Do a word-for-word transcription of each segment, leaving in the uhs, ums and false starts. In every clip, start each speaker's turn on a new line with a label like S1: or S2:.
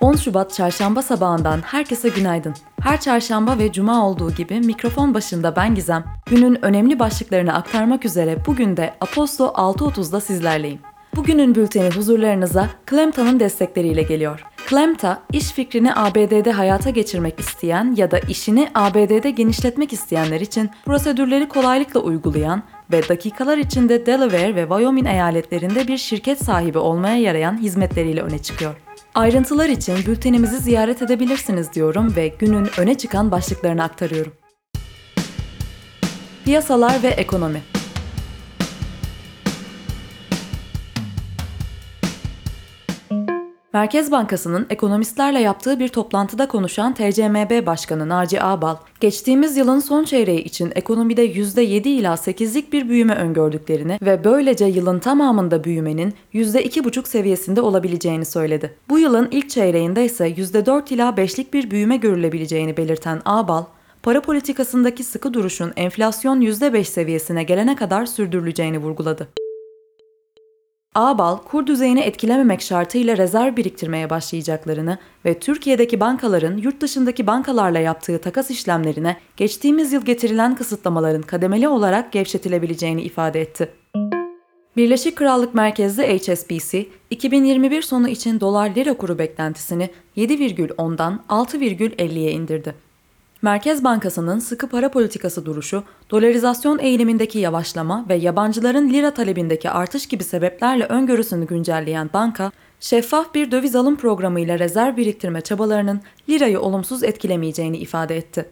S1: on Şubat çarşamba sabahından herkese günaydın. Her çarşamba ve cuma olduğu gibi mikrofon başında ben Gizem. Günün önemli başlıklarını aktarmak üzere bugün de Aposto altı otuzda sizlerleyim. Bugünün bülteni huzurlarınıza Clemta'nın destekleriyle geliyor. Clemta, iş fikrini A B D'de hayata geçirmek isteyen ya da işini A B D'de genişletmek isteyenler için prosedürleri kolaylıkla uygulayan ve dakikalar içinde Delaware ve Wyoming eyaletlerinde bir şirket sahibi olmaya yarayan hizmetleriyle öne çıkıyor. Ayrıntılar için bültenimizi ziyaret edebilirsiniz diyorum ve günün öne çıkan başlıklarını aktarıyorum. Piyasalar ve ekonomi. Merkez Bankası'nın ekonomistlerle yaptığı bir toplantıda konuşan T C M B Başkanı Naci Ağbal, geçtiğimiz yılın son çeyreği için ekonomide yüzde yedi ila sekizlik bir büyüme öngördüklerini ve böylece yılın tamamında büyümenin yüzde iki buçuk seviyesinde olabileceğini söyledi. Bu yılın ilk çeyreğinde ise yüzde dört ila beşlik bir büyüme görülebileceğini belirten Ağbal, para politikasındaki sıkı duruşun enflasyon yüzde beş seviyesine gelene kadar sürdürüleceğini vurguladı. Ağbal, kur düzeyini etkilememek şartıyla rezerv biriktirmeye başlayacaklarını ve Türkiye'deki bankaların yurt dışındaki bankalarla yaptığı takas işlemlerine geçtiğimiz yıl getirilen kısıtlamaların kademeli olarak gevşetilebileceğini ifade etti. Birleşik Krallık merkezli H S B C, iki bin yirmi bir sonu için dolar lira kuru beklentisini yedi virgül ondan altı virgül elliye indirdi. Merkez Bankası'nın sıkı para politikası duruşu, dolarizasyon eğilimindeki yavaşlama ve yabancıların lira talebindeki artış gibi sebeplerle öngörüsünü güncelleyen banka, şeffaf bir döviz alım programıyla rezerv biriktirme çabalarının lirayı olumsuz etkilemeyeceğini ifade etti.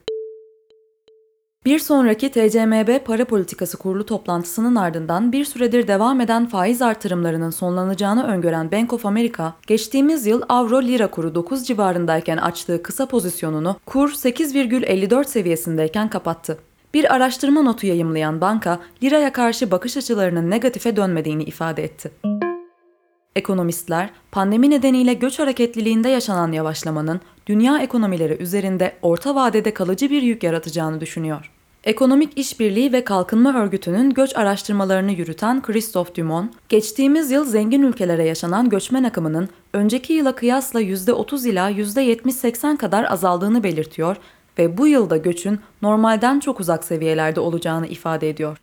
S1: Bir sonraki T C M B Para Politikası Kurulu toplantısının ardından bir süredir devam eden faiz artırımlarının sonlanacağını öngören Bank of America, geçtiğimiz yıl avro-lira kuru dokuz civarındayken açtığı kısa pozisyonunu kur sekiz virgül elli dört seviyesindeyken kapattı. Bir araştırma notu yayımlayan banka, liraya karşı bakış açılarının negatife dönmediğini ifade etti. Ekonomistler, pandemi nedeniyle göç hareketliliğinde yaşanan yavaşlamanın dünya ekonomileri üzerinde orta vadede kalıcı bir yük yaratacağını düşünüyor. Ekonomik İşbirliği ve Kalkınma Örgütü'nün göç araştırmalarını yürüten Christophe Dumont, geçtiğimiz yıl zengin ülkelere yaşanan göçmen akımının önceki yıla kıyasla yüzde otuz ila yüzde yetmiş seksen kadar azaldığını belirtiyor ve bu yılda göçün normalden çok uzak seviyelerde olacağını ifade ediyor.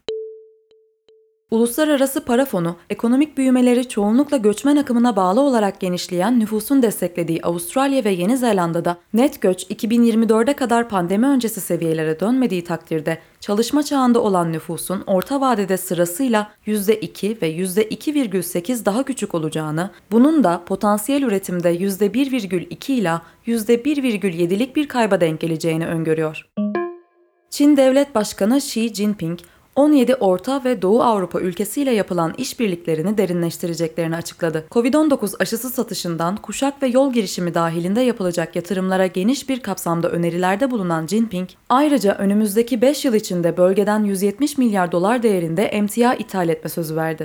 S1: Uluslararası Para Fonu, ekonomik büyümeleri çoğunlukla göçmen akımına bağlı olarak genişleyen nüfusun desteklediği Avustralya ve Yeni Zelanda'da net göç iki bin yirmi dörde kadar pandemi öncesi seviyelere dönmediği takdirde çalışma çağında olan nüfusun orta vadede sırasıyla yüzde iki ve yüzde iki virgül sekiz daha küçük olacağını, bunun da potansiyel üretimde yüzde bir virgül iki ila yüzde bir virgül yedilik bir kayba denk geleceğini öngörüyor. Çin Devlet Başkanı Xi Jinping, on yedi Orta ve Doğu Avrupa ülkesiyle yapılan işbirliklerini derinleştireceklerini açıkladı. kovid on dokuz aşısı satışından kuşak ve yol girişimi dahilinde yapılacak yatırımlara geniş bir kapsamda önerilerde bulunan Jinping, ayrıca önümüzdeki beş yıl içinde bölgeden yüz yetmiş milyar dolar değerinde emtia ithal etme sözü verdi.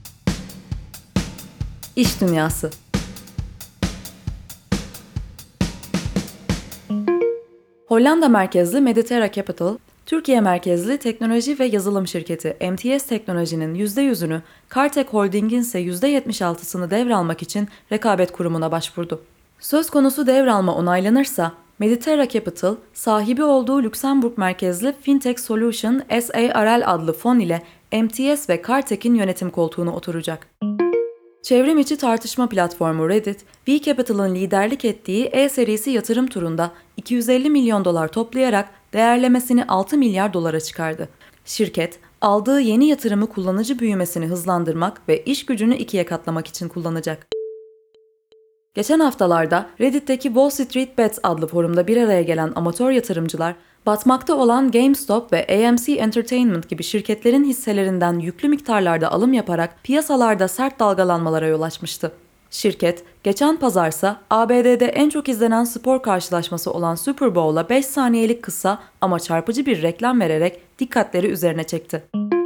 S1: İş dünyası. Hollanda merkezli Meditera Capital, Türkiye merkezli teknoloji ve yazılım şirketi M T S Teknoloji'nin yüzde yüzünü, Kartek Holding'in ise yüzde yetmiş altısını devralmak için rekabet kurumuna başvurdu. Söz konusu devralma onaylanırsa, Meditera Capital, sahibi olduğu Lüksemburg merkezli Fintech Solution S A R L adlı fon ile M T S ve Kartek'in yönetim koltuğuna oturacak. Çevrim içi tartışma platformu Reddit, V Capital'ın liderlik ettiği E serisi yatırım turunda iki yüz elli milyon dolar toplayarak değerlemesini altı milyar dolara çıkardı. Şirket, aldığı yeni yatırımı kullanıcı büyümesini hızlandırmak ve iş gücünü ikiye katlamak için kullanacak. Geçen haftalarda Reddit'teki Wall Street Bets adlı forumda bir araya gelen amatör yatırımcılar, batmakta olan GameStop ve A M C Entertainment gibi şirketlerin hisselerinden yüklü miktarlarda alım yaparak piyasalarda sert dalgalanmalara yol açmıştı. Şirket, geçen pazarsa A B D'de en çok izlenen spor karşılaşması olan Super Bowl'a beş saniyelik kısa ama çarpıcı bir reklam vererek dikkatleri üzerine çekti.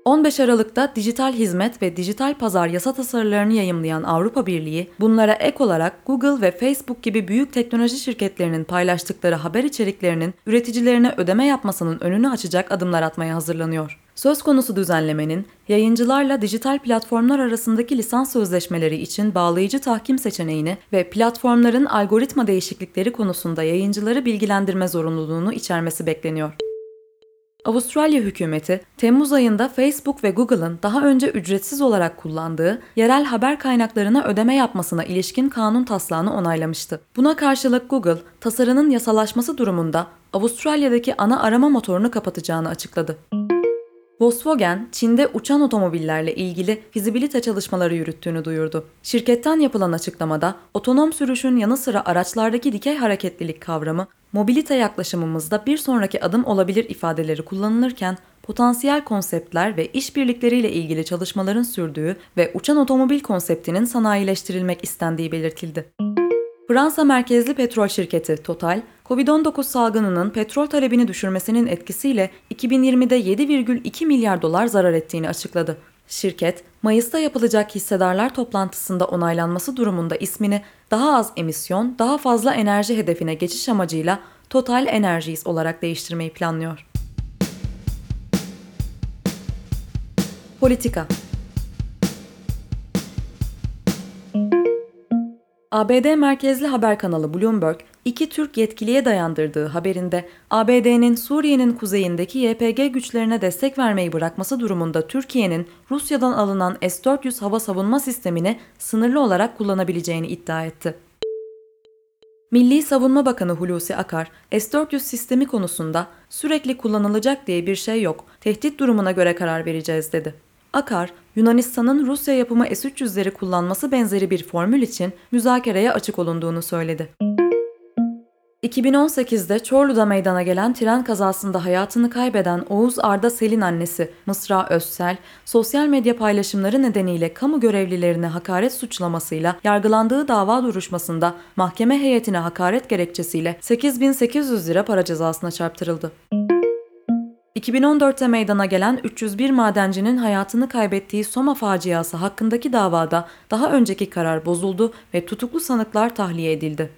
S1: on beş Aralık'ta dijital hizmet ve dijital pazar yasa tasarılarını yayımlayan Avrupa Birliği, bunlara ek olarak Google ve Facebook gibi büyük teknoloji şirketlerinin paylaştıkları haber içeriklerinin üreticilerine ödeme yapmasının önünü açacak adımlar atmaya hazırlanıyor. Söz konusu düzenlemenin, yayıncılarla dijital platformlar arasındaki lisans sözleşmeleri için bağlayıcı tahkim seçeneğini ve platformların algoritma değişiklikleri konusunda yayıncıları bilgilendirme zorunluluğunu içermesi bekleniyor. Avustralya hükümeti, Temmuz ayında Facebook ve Google'ın daha önce ücretsiz olarak kullandığı yerel haber kaynaklarına ödeme yapmasına ilişkin kanun taslağını onaylamıştı. Buna karşılık Google, tasarının yasalaşması durumunda Avustralya'daki ana arama motorunu kapatacağını açıkladı. Volkswagen, Çin'de uçan otomobillerle ilgili fizibilite çalışmaları yürüttüğünü duyurdu. Şirketten yapılan açıklamada, otonom sürüşün yanı sıra araçlardaki dikey hareketlilik kavramı, mobilite yaklaşımımızda bir sonraki adım olabilir ifadeleri kullanılırken, potansiyel konseptler ve işbirlikleriyle ilgili çalışmaların sürdüğü ve uçan otomobil konseptinin sanayileştirilmek istendiği belirtildi. Fransa merkezli petrol şirketi Total, kovid on dokuz salgınının petrol talebini düşürmesinin etkisiyle iki bin yirmide yedi virgül iki milyar dolar zarar ettiğini açıkladı. Şirket, Mayıs'ta yapılacak hissedarlar toplantısında onaylanması durumunda ismini daha az emisyon, daha fazla enerji hedefine geçiş amacıyla Total Energies olarak değiştirmeyi planlıyor. Politika. A B D merkezli haber kanalı Bloomberg, iki Türk yetkiliye dayandırdığı haberinde A B D'nin Suriye'nin kuzeyindeki Y P G güçlerine destek vermeyi bırakması durumunda Türkiye'nin Rusya'dan alınan S dört yüz hava savunma sistemini sınırlı olarak kullanabileceğini iddia etti. Milli Savunma Bakanı Hulusi Akar, S dört yüz sistemi konusunda sürekli kullanılacak diye bir şey yok, tehdit durumuna göre karar vereceğiz dedi. Akar, Yunanistan'ın Rusya yapımı S üç yüzleri kullanması benzeri bir formül için müzakereye açık olunduğunu söyledi. iki bin on sekizde Çorlu'da meydana gelen tren kazasında hayatını kaybeden Oğuz Arda Sel'in annesi Mısra Özsel, sosyal medya paylaşımları nedeniyle kamu görevlilerine hakaret suçlamasıyla yargılandığı dava duruşmasında mahkeme heyetine hakaret gerekçesiyle sekiz bin sekiz yüz lira para cezasına çarptırıldı. iki bin on dörtte meydana gelen üç yüz bir madencinin hayatını kaybettiği Soma faciası hakkındaki davada daha önceki karar bozuldu ve tutuklu sanıklar tahliye edildi.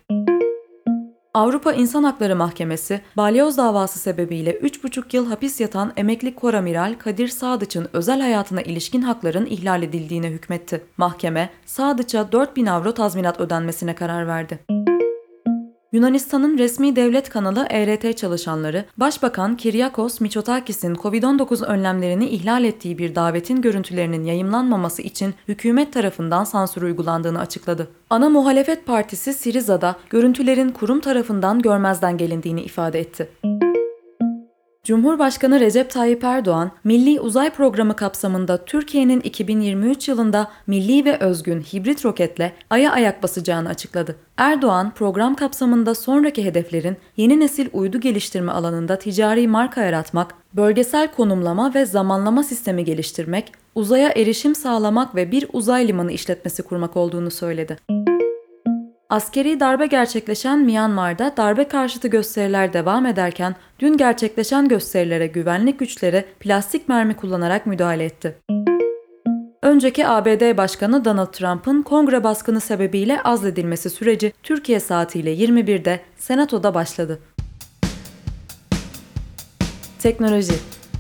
S1: Avrupa İnsan Hakları Mahkemesi, balyoz davası sebebiyle üç buçuk yıl hapis yatan emekli koramiral Kadir Sadıç'ın özel hayatına ilişkin hakların ihlal edildiğine hükmetti. Mahkeme, Sadıç'a dört bin avro tazminat ödenmesine karar verdi. Yunanistan'ın resmi devlet kanalı E R T çalışanları, Başbakan Kyriakos Mitsotakis'in kovid on dokuz önlemlerini ihlal ettiği bir davetin görüntülerinin yayımlanmaması için hükümet tarafından sansür uygulandığını açıkladı. Ana muhalefet partisi Syriza'da görüntülerin kurum tarafından görmezden gelindiğini ifade etti. Cumhurbaşkanı Recep Tayyip Erdoğan, Milli Uzay Programı kapsamında Türkiye'nin iki bin yirmi üç yılında milli ve özgün hibrit roketle Ay'a ayak basacağını açıkladı. Erdoğan, program kapsamında sonraki hedeflerin yeni nesil uydu geliştirme alanında ticari marka yaratmak, bölgesel konumlama ve zamanlama sistemi geliştirmek, uzaya erişim sağlamak ve bir uzay limanı işletmesi kurmak olduğunu söyledi. Askeri darbe gerçekleşen Myanmar'da darbe karşıtı gösteriler devam ederken dün gerçekleşen gösterilere güvenlik güçleri plastik mermi kullanarak müdahale etti. Önceki A B D Başkanı Donald Trump'ın kongre baskını sebebiyle azledilmesi süreci Türkiye saatiyle yirmi birde Senato'da başladı. Teknoloji.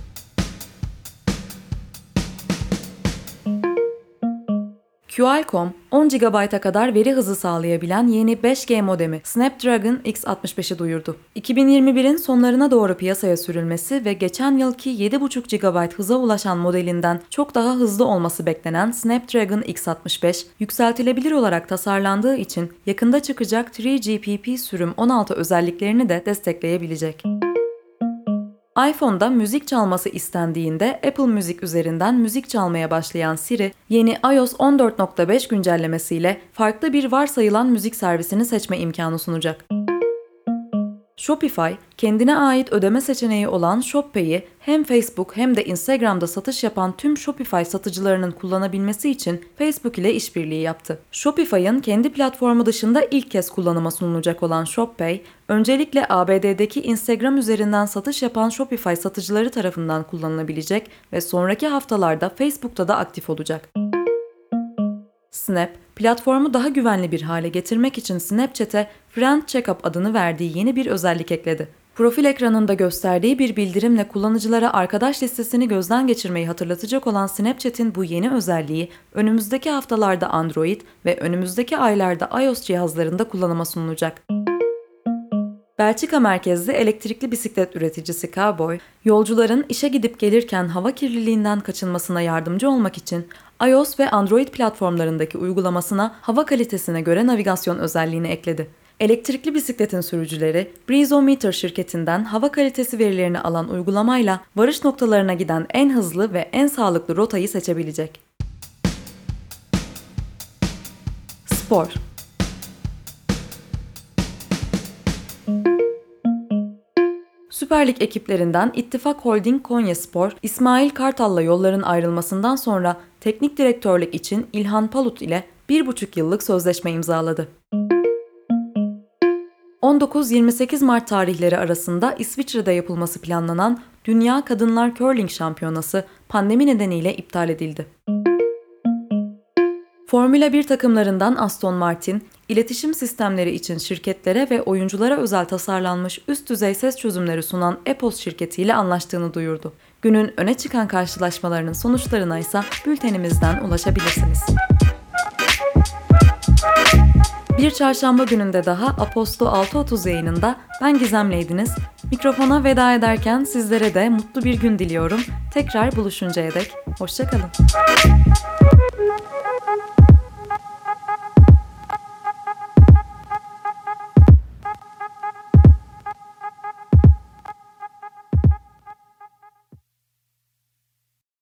S1: Qualcomm, on gigabayta kadar veri hızı sağlayabilen yeni beş G modemi Snapdragon X altmış beşi duyurdu. iki bin yirmi birin sonlarına doğru piyasaya sürülmesi ve geçen yılki yedi buçuk gigabayt hıza ulaşan modelinden çok daha hızlı olması beklenen Snapdragon X altmış beş, yükseltilebilir olarak tasarlandığı için yakında çıkacak üç G P P sürüm on altı özelliklerini de destekleyebilecek. iPhone'da müzik çalması istendiğinde Apple Music üzerinden müzik çalmaya başlayan Siri, yeni iOS on dört nokta beş güncellemesiyle farklı bir varsayılan müzik servisini seçme imkanı sunacak. Shopify, kendine ait ödeme seçeneği olan ShopPay'i hem Facebook hem de Instagram'da satış yapan tüm Shopify satıcılarının kullanabilmesi için Facebook ile işbirliği yaptı. Shopify'ın kendi platformu dışında ilk kez kullanıma sunulacak olan ShopPay, öncelikle A B D'deki Instagram üzerinden satış yapan Shopify satıcıları tarafından kullanılabilecek ve sonraki haftalarda Facebook'ta da aktif olacak. Snap, platformu daha güvenli bir hale getirmek için Snapchat'e Friend Checkup adını verdiği yeni bir özellik ekledi. Profil ekranında gösterdiği bir bildirimle kullanıcılara arkadaş listesini gözden geçirmeyi hatırlatacak olan Snapchat'in bu yeni özelliği önümüzdeki haftalarda Android ve önümüzdeki aylarda iOS cihazlarında kullanıma sunulacak. Belçika merkezli elektrikli bisiklet üreticisi Cowboy, yolcuların işe gidip gelirken hava kirliliğinden kaçınmasına yardımcı olmak için iOS ve Android platformlarındaki uygulamasına hava kalitesine göre navigasyon özelliğini ekledi. Elektrikli bisikletin sürücüleri, Breezometer şirketinden hava kalitesi verilerini alan uygulamayla varış noktalarına giden en hızlı ve en sağlıklı rotayı seçebilecek. Spor. Süper Lig ekiplerinden İttifak Holding Konyaspor, İsmail Kartal'la yolların ayrılmasından sonra teknik direktörlük için İlhan Palut ile bir buçuk yıllık sözleşme imzaladı. on dokuz yirmi sekiz Mart tarihleri arasında İsviçre'de yapılması planlanan Dünya Kadınlar Curling Şampiyonası pandemi nedeniyle iptal edildi. Formula bir takımlarından Aston Martin, iletişim sistemleri için şirketlere ve oyunculara özel tasarlanmış üst düzey ses çözümleri sunan Epos şirketiyle anlaştığını duyurdu. Günün öne çıkan karşılaşmalarının sonuçlarına ise bültenimizden ulaşabilirsiniz. Bir çarşamba gününde daha Aposto altı otuz yayınında ben Gizem'leydiniz. Mikrofona veda ederken sizlere de mutlu bir gün diliyorum. Tekrar buluşuncaya dek hoşça kalın.